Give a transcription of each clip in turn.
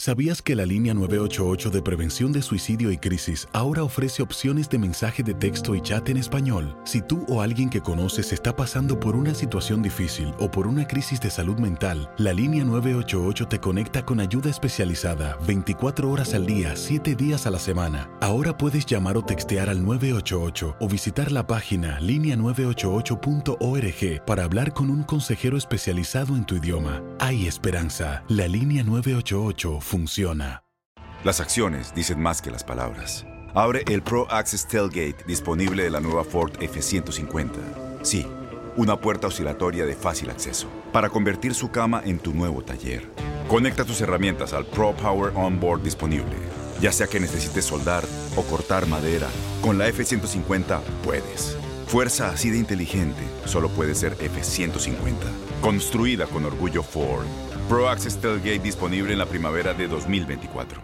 ¿Sabías que la línea 988 de prevención de suicidio y crisis ahora ofrece opciones de mensaje de texto y chat en español? Si tú o alguien que conoces está pasando por una situación difícil o por una crisis de salud mental, la línea 988 te conecta con ayuda especializada 24 horas al día, 7 días a la semana. Ahora puedes llamar o textear al 988 o visitar la página linea988.org para hablar con un consejero especializado en tu idioma. Hay esperanza. La línea 988 funciona. Las acciones dicen más que las palabras. Abre el Pro Access Tailgate disponible de la nueva Ford F-150. Sí, una puerta oscilatoria de fácil acceso para convertir su cama en tu nuevo taller. Conecta tus herramientas al Pro Power Onboard disponible. Ya sea que necesites soldar o cortar madera, con la F-150 puedes. Fuerza así de inteligente solo puede ser F-150. Construida con orgullo Ford. Pro Access Tailgate disponible en la primavera de 2024.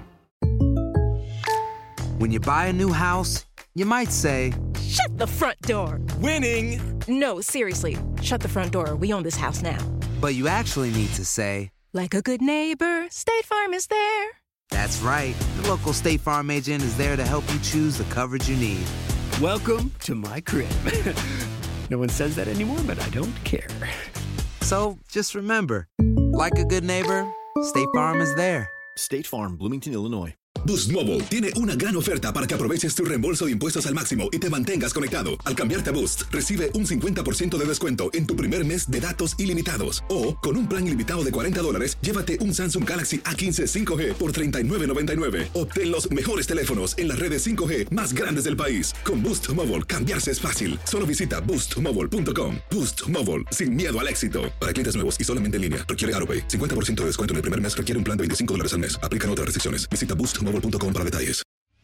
When you buy a new house, you might say, "Shut the front door." Winning! No, seriously. Shut the front door. We own this house now. but you actually need to say, "Like a good neighbor, State Farm is there." That's right. The local State Farm agent is there to help you choose the coverage you need. Welcome to my crib. No one says that anymore, but I don't care. So just remember, like a good neighbor, State Farm is there. State Farm, Bloomington, Illinois. Boost Mobile tiene una gran oferta para que aproveches tu reembolso de impuestos al máximo y te mantengas conectado. Al cambiarte a Boost, recibe un 50% de descuento en tu primer mes de datos ilimitados. O, con un plan ilimitado de $40, llévate un Samsung Galaxy A15 5G por $39.99. Obtén los mejores teléfonos en las redes 5G más grandes del país. Con Boost Mobile, cambiarse es fácil. Solo visita boostmobile.com. Boost Mobile, sin miedo al éxito. Para clientes nuevos y solamente en línea, requiere AroPay. 50% de descuento en el primer mes requiere un plan de $25 al mes. Aplican otras restricciones. Visita boostmobile.com para detalles.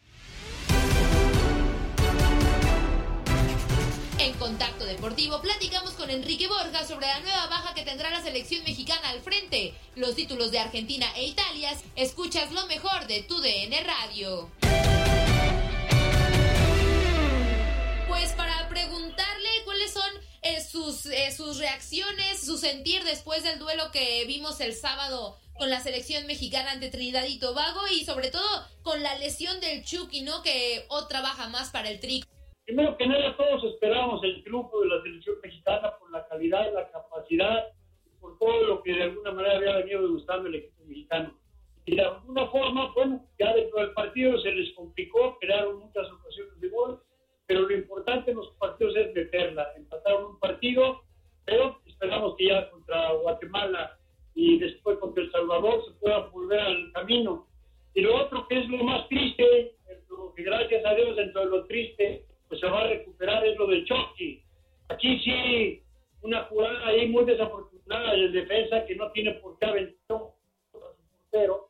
En Contacto Deportivo platicamos con Enrique Borja sobre la nueva baja que tendrá la selección mexicana al frente, los títulos de Argentina e Italia. Escuchas lo mejor de tu DN Radio. Pues para preguntarle cuáles son sus reacciones, su sentir después del duelo que vimos el sábado con la selección mexicana ante Trinidad y Tobago, y sobre todo con la lesión del Chucky, ¿no? Que otra baja más para el Tri. Primero que nada, todos esperábamos el triunfo de la selección mexicana por la calidad, la capacidad, por todo lo que de alguna manera había venido demostrando el equipo mexicano. Y de alguna forma, bueno, ya dentro del partido se les complicó, crearon muchas ocasiones de gol, pero lo importante en los partidos es meterla. Empataron un partido, pero esperamos que ya contra Guatemala y después contra El Salvador se pueda volver al camino. Y lo otro que es lo más triste, lo que gracias a Dios dentro de lo triste, pues se va a recuperar, es lo del Chucky. Aquí sí, una jugada ahí muy desafortunada del defensa que no tiene por qué aventar a su portero,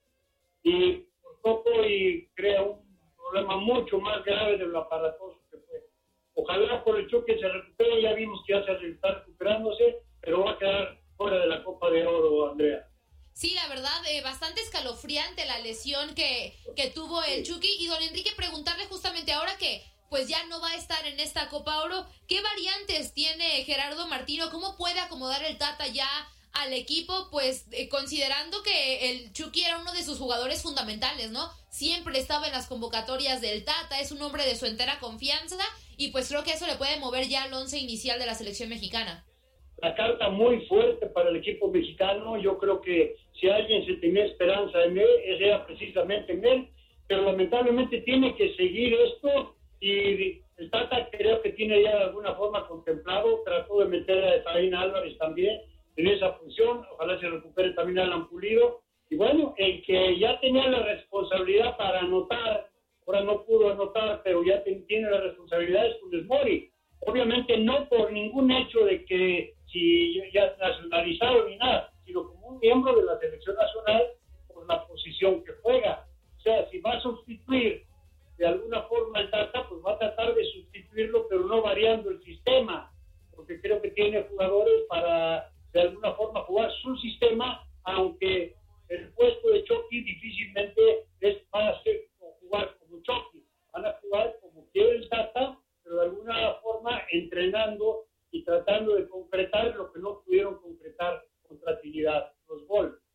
y por poco y crea un problema mucho más grave de lo aparatoso que fue. Ojalá por el Chucky se recupere, ya vimos que ya se está recuperándose, pero va a quedar fuera de la Copa de Oro, Andrea. Sí, la verdad, bastante escalofriante la lesión que tuvo el Chucky. Y don Enrique, preguntarle justamente ahora que pues ya no va a estar en esta Copa Oro, ¿qué variantes tiene Gerardo Martino? ¿Cómo puede acomodar el Tata ya al equipo? Pues considerando que el Chucky era uno de sus jugadores fundamentales, ¿no? Siempre estaba en las convocatorias del Tata, es un hombre de su entera confianza, y pues creo que eso le puede mover ya al once inicial de la selección mexicana. La carta muy fuerte para el equipo mexicano. Yo creo que si alguien se tenía esperanza en él, era precisamente en él, pero lamentablemente tiene que seguir esto, y el Tata creo que tiene ya de alguna forma contemplado. Trató de meter a Efraín Álvarez también en esa función, ojalá se recupere también Alan Pulido, y bueno, el que ya tenía la responsabilidad para anotar, ahora no pudo anotar, pero ya tiene la responsabilidad, es Funes Mori. Obviamente no por ningún hecho de que si ya nacionalizado ni nada, sino como un miembro de la selección nacional por la posición que juega. O sea, si va a sustituir de alguna forma el Tata, pues va a tratar de sustituirlo, pero no variando el sistema, porque creo que tiene jugadores para de alguna forma jugar su sistema, aunque el puesto de Chucky difícilmente va a ser jugar como Chucky, van a jugar como quiere el Tata, pero de alguna forma entrenando y tratando de concretar lo que no pudieron concretar contra Trinidad, los goles.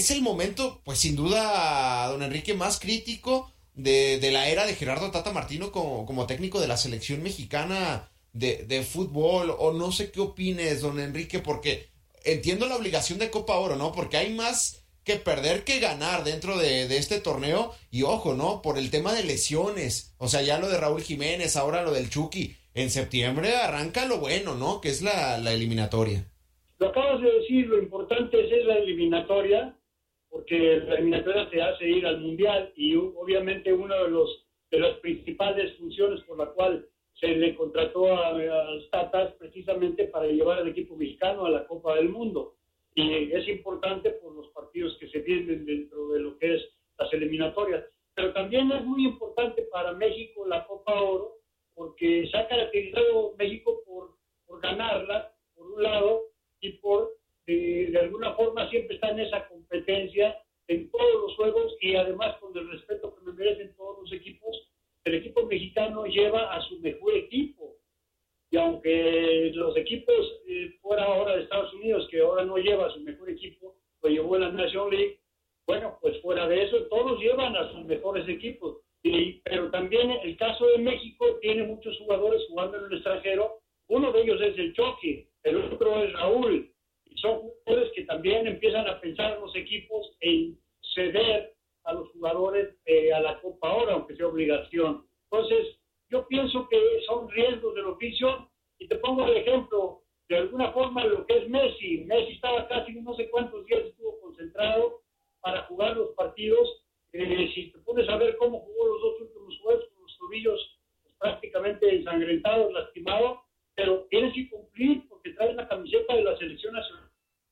es el momento, pues sin duda, don Enrique, más crítico de la era de Gerardo Tata Martino como técnico de la selección mexicana de fútbol, o no sé qué opines, don Enrique, porque entiendo la obligación de Copa Oro, ¿no? Porque hay más que perder que ganar dentro de este torneo, y ojo, ¿no? Por el tema de lesiones, o sea, ya lo de Raúl Jiménez, ahora lo del Chucky, en septiembre arranca lo bueno, ¿no? Que es la eliminatoria. Lo acabas de decir, lo importante es la eliminatoria, porque la eliminatoria te hace ir al Mundial, y obviamente una de las principales funciones por la cual se le contrató a los Tatas precisamente para llevar al equipo mexicano a la Copa del Mundo. Y es importante por los partidos que se vienen dentro de lo que es las eliminatorias. Pero también es muy importante para México la Copa Oro, porque se ha caracterizado México por ganarla, por un lado, y por, de alguna forma, siempre está en esa competencia en todos los juegos, y además con el respeto que me merecen todos los equipos. El equipo mexicano lleva a su mejor equipo. Y aunque los equipos fuera ahora de Estados Unidos, que ahora no lleva a su mejor equipo, lo llevó en la National League, bueno, pues fuera de eso, todos llevan a sus mejores equipos. Pero también el caso de México tiene muchos jugadores jugando en el extranjero. Uno de ellos es el Chucky, el otro es Raúl. Y son jugadores que también empiezan a pensar los equipos en ceder a los jugadores a la Copa Oro, aunque sea obligación. Entonces, yo pienso que son riesgos del oficio, y te pongo el ejemplo, de alguna forma, lo que es Messi. Messi estaba casi no sé cuántos días estuvo concentrado para jugar los partidos. Si te pones a ver cómo jugó los dos últimos juegos, con los tobillos pues, prácticamente ensangrentados, lastimados, pero tienes que cumplir porque traes la camiseta de la selección nacional,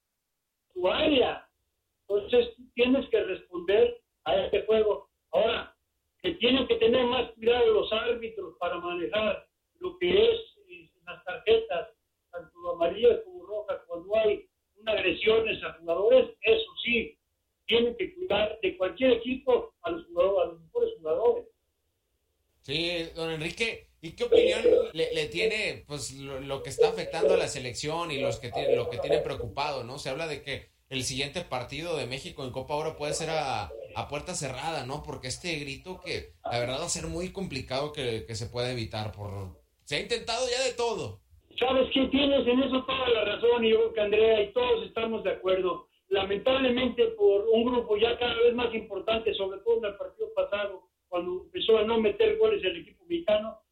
tu área. Entonces, tú tienes que responder a este juego. Ahora, que tienen que tener más cuidado los árbitros para manejar lo que es las tarjetas, tanto amarillas como rojas, cuando hay una agresiones a jugadores, eso sí, tienen que cuidar de cualquier equipo a los mejores jugadores. Sí, don Enrique, ¿y qué opinión le tiene pues lo que está afectando a la selección y lo que tiene preocupado, ¿no? Se habla de que el siguiente partido de México en Copa Oro puede ser a puerta cerrada, ¿no? Porque este grito que la verdad va a ser muy complicado que se pueda evitar. Se ha intentado ya de todo. Sabes que tienes en eso toda la razón, y yo creo que Andrea y todos estamos de acuerdo. Lamentablemente por un grupo ya cada vez más importante, sobre todo en el partido pasado, cuando empezó a no meter goles el equipo mexicano,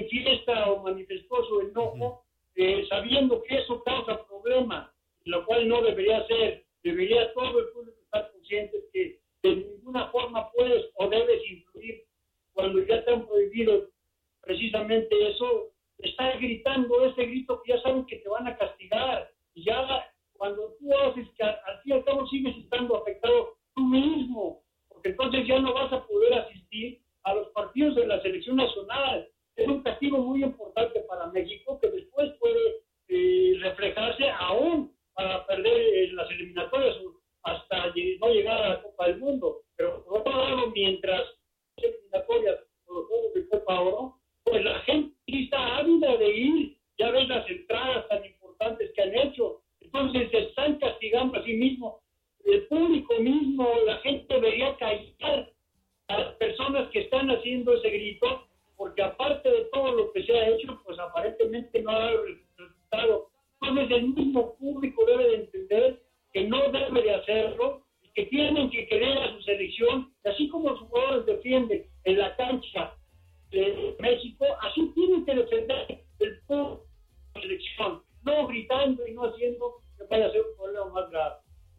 manifestó su enojo, sabiendo que eso causa problemas, lo cual no debería ser. Debería todo el público estar consciente que de ninguna forma puedes o debes influir cuando ya te han prohibido precisamente eso. Estás gritando ese grito que ya saben que te van a castigar, y ya cuando tú haces que al fin y al cabo sigues estando afectado tú mismo, porque entonces ya no vas a poder asistir a los partidos de la selección nacional. Es un castigo muy importante para México, que después puede reflejarse aún para perder las eliminatorias hasta no llegar a la Copa del Mundo. Pero por otro lado, mientras las eliminatorias por los Juegos de Copa Oro, pues la gente está ávida de ir. Ya ves las entradas tan importantes que han hecho. Entonces se están castigando a sí mismos. El público mismo, la gente debería callar a las personas que están haciendo ese grito, porque aparte de todo lo que se ha hecho, pues aparentemente no ha dado el resultado. Entonces el mismo público debe de entender que no debe de hacerlo, y que tienen que querer a su selección, y así como los jugadores defienden en la cancha de México, así tienen que defender el público de la selección, no gritando y no haciendo que vaya a ser un problema más grave.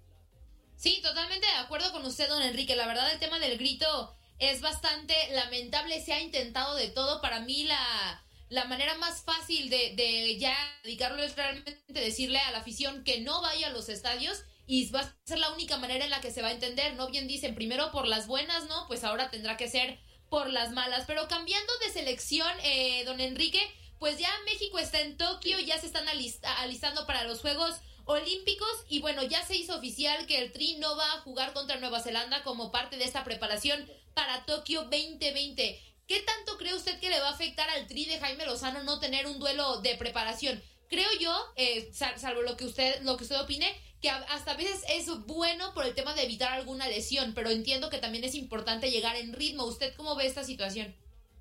Sí, totalmente de acuerdo con usted, don Enrique. La verdad, el tema del grito es bastante lamentable. Se ha intentado de todo. Para mí, la manera más fácil de ya dedicarlo es realmente decirle a la afición que no vaya a los estadios, y va a ser la única manera en la que se va a entender, ¿no? Bien dicen, primero por las buenas, ¿no? Pues ahora tendrá que ser por las malas. Pero cambiando de selección, don Enrique, pues ya México está en Tokio, ya se están alistando para los Juegos Olímpicos, y bueno, ya se hizo oficial que el Tri no va a jugar contra Nueva Zelanda como parte de esta preparación para Tokio 2020. ¿Qué tanto cree usted que le va a afectar al Tri de Jaime Lozano no tener un duelo de preparación? Creo yo, salvo lo que usted opine, que hasta a veces es bueno por el tema de evitar alguna lesión, pero entiendo que también es importante llegar en ritmo. ¿Usted cómo ve esta situación?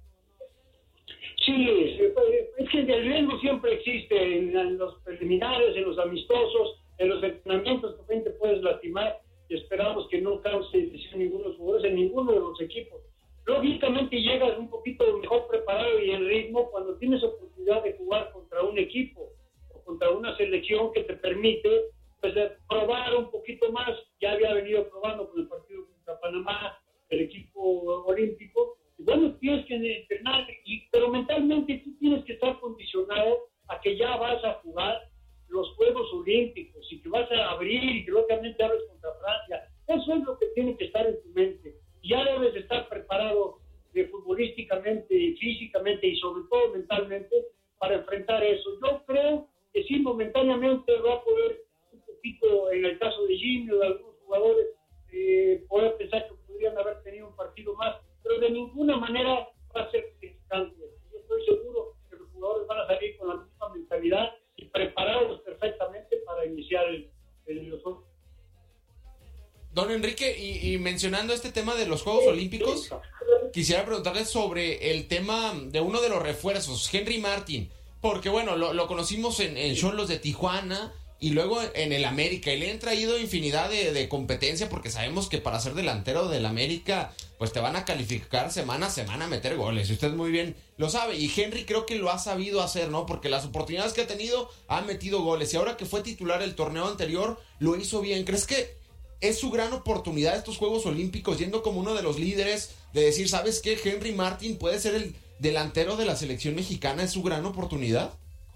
Sí, es que el riesgo siempre existe en los preliminares, en los amistosos, en los entrenamientos, también te puedes lastimar y esperamos que no cause lesión ninguno de los jugadores en ninguno de los equipos. Lógicamente llegas un poquito mejor preparado y en ritmo cuando tienes oportunidad de jugar contra un equipo o contra una selección que te permite pues probar un poquito más. Ya había venido probando con el partido contra Panamá, el equipo olímpico. Y bueno, tienes que entrenar, pero mentalmente tú tienes que estar condicionado a que ya vas a jugar los Juegos Olímpicos y que vas a abrir y que lógicamente abres contra Francia. Eso es lo que tiene que estar en tu mente. Ya debes estar preparado futbolísticamente y físicamente y sobre todo mentalmente para enfrentar eso. Yo creo que sí, momentáneamente va a poder un poquito, en el caso de Jimmy o de algunos jugadores, poder pensar que podrían haber tenido un partido más, pero de ninguna manera va a ser significante. Yo estoy seguro que los jugadores van a salir con la misma mentalidad y preparados perfectamente para iniciar los juegos. Don Enrique, y mencionando este tema de los Juegos Olímpicos, quisiera preguntarle sobre el tema de uno de los refuerzos, Henry Martin, porque bueno, lo conocimos en Xolos de Tijuana y luego en el América, y le han traído infinidad de competencia porque sabemos que para ser delantero del América, pues te van a calificar semana a semana a meter goles, y usted muy bien lo sabe, y Henry creo que lo ha sabido hacer, ¿no? Porque las oportunidades que ha tenido, ha metido goles, y ahora que fue titular el torneo anterior, lo hizo bien. ¿Crees que es su gran oportunidad estos Juegos Olímpicos, yendo como uno de los líderes, de decir, ¿sabes qué? Henry Martin puede ser el delantero de la selección mexicana, ¿es su gran oportunidad?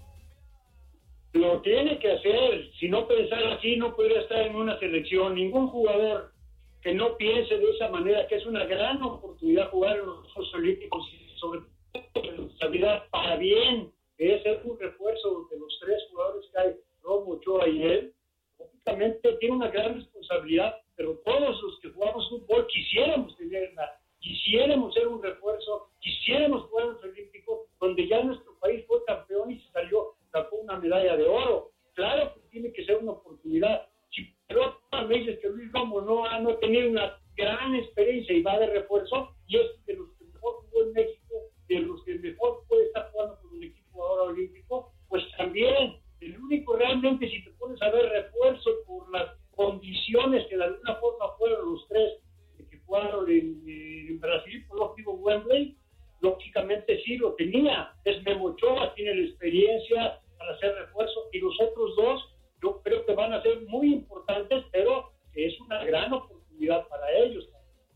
Lo tiene que hacer. Si no pensara así, no podría estar en una selección. Ningún jugador que no piense de esa manera, que es una gran oportunidad jugar en los Juegos Olímpicos y sobre todo responsabilidad para bien, que es ser un refuerzo de los tres jugadores que hay, Romo, Ochoa y él, lógicamente tiene una gran responsabilidad, pero todos los que jugamos fútbol quisiéramos tenerla, quisiéramos ser un refuerzo, quisiéramos jugar en los Olímpicos, donde ya nuestro país fue campeón y sacó una medalla de oro. Claro que tiene que ser una oportunidad. Si pero me dices que Luis Romo no ha tenido una gran experiencia y va de refuerzo, y es de los que mejor jugó en México, de los que mejor puede estar jugando con un equipo ahora olímpico, pues también, el único realmente, si te pones a ver refuerzo por las condiciones que de alguna forma fueron los tres que jugaron en Brasil, por lo digo Wembley, lógicamente sí lo tenía. Es Memo Ochoa, tiene la experiencia para hacer refuerzo, y los otros dos yo creo que van a ser muy importantes, pero es una gran oportunidad para ellos.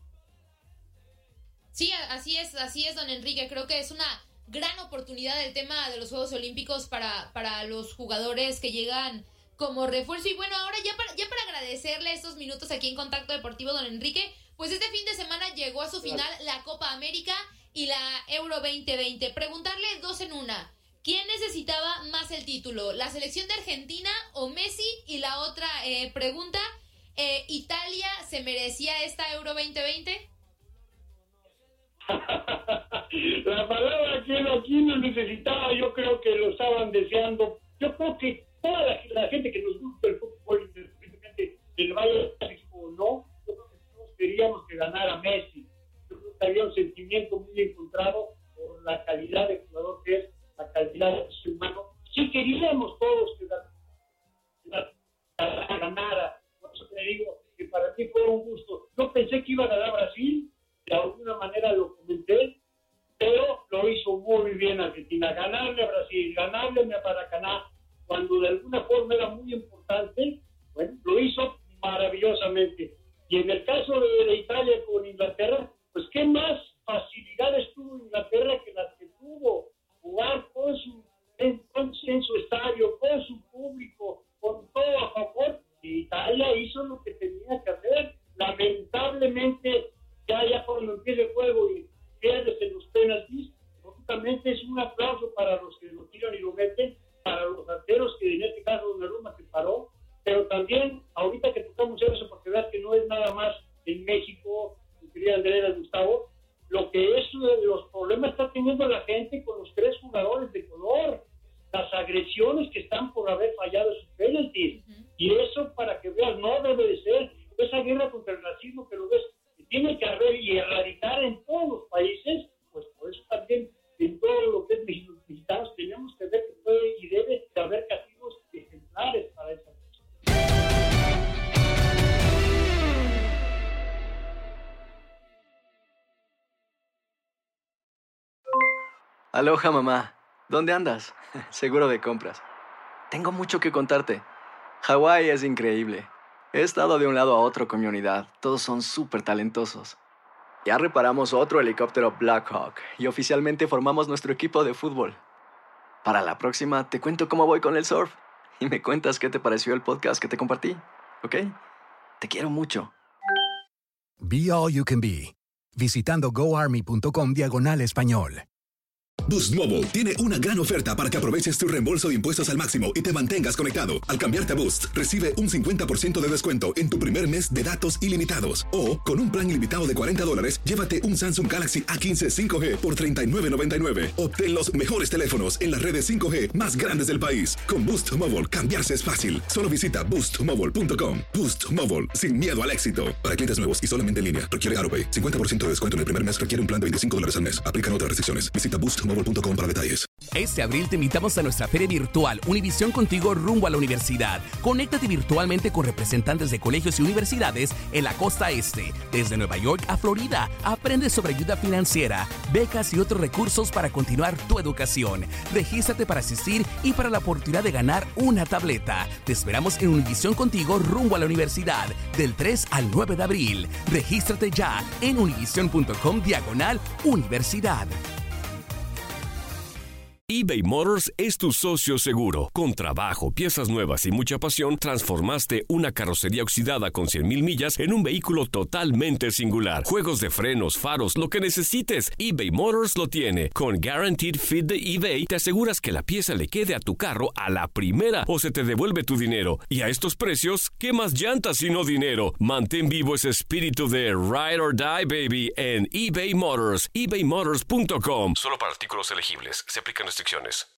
Sí, así es, don Enrique. Creo que es una gran oportunidad el tema de los Juegos Olímpicos para los jugadores que llegan como refuerzo. Y bueno, ahora ya para agradecerle estos minutos aquí en Contacto Deportivo, don Enrique, pues este fin de semana llegó a su final la Copa América y la Euro 2020. Preguntarle dos en una. ¿Quién necesitaba más el título? ¿La selección de Argentina o Messi? Y la otra pregunta, ¿Italia se merecía esta Euro 2020? La palabra que aquí no necesitaba, yo creo que lo estaban deseando. Yo creo que toda la gente que nos gusta el fútbol, independientemente del Valle o no, yo creo que todos queríamos que ganara Messi. Yo creo que había un sentimiento muy encontrado por la calidad de jugador que es, la calidad de ser humano. Sí queríamos todos que ganara. Por eso te digo que para mí fue un gusto. Yo pensé que iba a ganar Brasil, de alguna manera lo comenté, pero lo hizo muy bien Argentina. Ganarle a Brasil, ganarle a Maracaná, cuando de alguna forma era muy importante, bueno, lo hizo maravillosamente. Y en el caso de Italia con Inglaterra, pues qué más facilidades tuvo Inglaterra que las que tuvo. Jugar en su estadio, con su público, con todo a favor. Y Italia hizo lo que tenía que hacer. Lamentablemente, ya cuando empieza el juego y pierdes en los penaltis, lógicamente es un aplauso para los que lo tiran y lo meten, para los arqueros, que en este caso Donnarumma se paró, pero también, ahorita que tocamos eso, porque veas que no es nada más en México, mi querida Andrea Gustavo, lo que es los problemas que está teniendo la gente con los tres jugadores de color, las agresiones que están por haber fallado sus penaltis, y eso para que erradicar en todos los países, pues por eso también en todo lo que es mexicanos tenemos que ver que puede y debe de haber castigos ejemplares para esa cosa. Aloha, mamá. ¿Dónde andas? Seguro de compras. Tengo mucho que contarte. Hawái es increíble. He estado de un lado a otro con mi unidad. Todos son súper talentosos. Ya reparamos otro helicóptero Blackhawk y oficialmente formamos nuestro equipo de fútbol. Para la próxima te cuento cómo voy con el surf y me cuentas qué te pareció el podcast que te compartí, ¿ok? Te quiero mucho. Be All You Can Be. Visitando goarmy.com/español. Boost Mobile tiene una gran oferta para que aproveches tu reembolso de impuestos al máximo y te mantengas conectado. Al cambiarte a Boost, recibe un 50% de descuento en tu primer mes de datos ilimitados. O, con un plan ilimitado de $40, llévate un Samsung Galaxy A15 5G por $39.99. Obtén los mejores teléfonos en las redes 5G más grandes del país. Con Boost Mobile, cambiarse es fácil. Solo visita boostmobile.com. Boost Mobile, sin miedo al éxito. Para clientes nuevos y solamente en línea. Requiere AutoPay. 50% de descuento en el primer mes. Requiere un plan de $25 al mes. Aplican otras restricciones. Visita boostmobile.com para detalles. Este abril te invitamos a nuestra feria virtual Univisión Contigo rumbo a la universidad. Conéctate virtualmente con representantes de colegios y universidades en la costa este, desde Nueva York a Florida. Aprende sobre ayuda financiera, becas y otros recursos para continuar tu educación. Regístrate para asistir y para la oportunidad de ganar una tableta. Te esperamos en Univisión Contigo rumbo a la universidad del 3 al 9 de abril. Regístrate ya en univision.com/universidad. eBay Motors es tu socio seguro. Con trabajo, piezas nuevas y mucha pasión, transformaste una carrocería oxidada con 100,000 millas en un vehículo totalmente singular. Juegos de frenos, faros, lo que necesites, eBay Motors lo tiene. Con Guaranteed Fit de eBay, te aseguras que la pieza le quede a tu carro a la primera o se te devuelve tu dinero. Y a estos precios, ¿qué más llantas y no dinero? Mantén vivo ese espíritu de Ride or Die, baby, en eBay Motors. ebaymotors.com. Solo para artículos elegibles. Se aplican restricciones.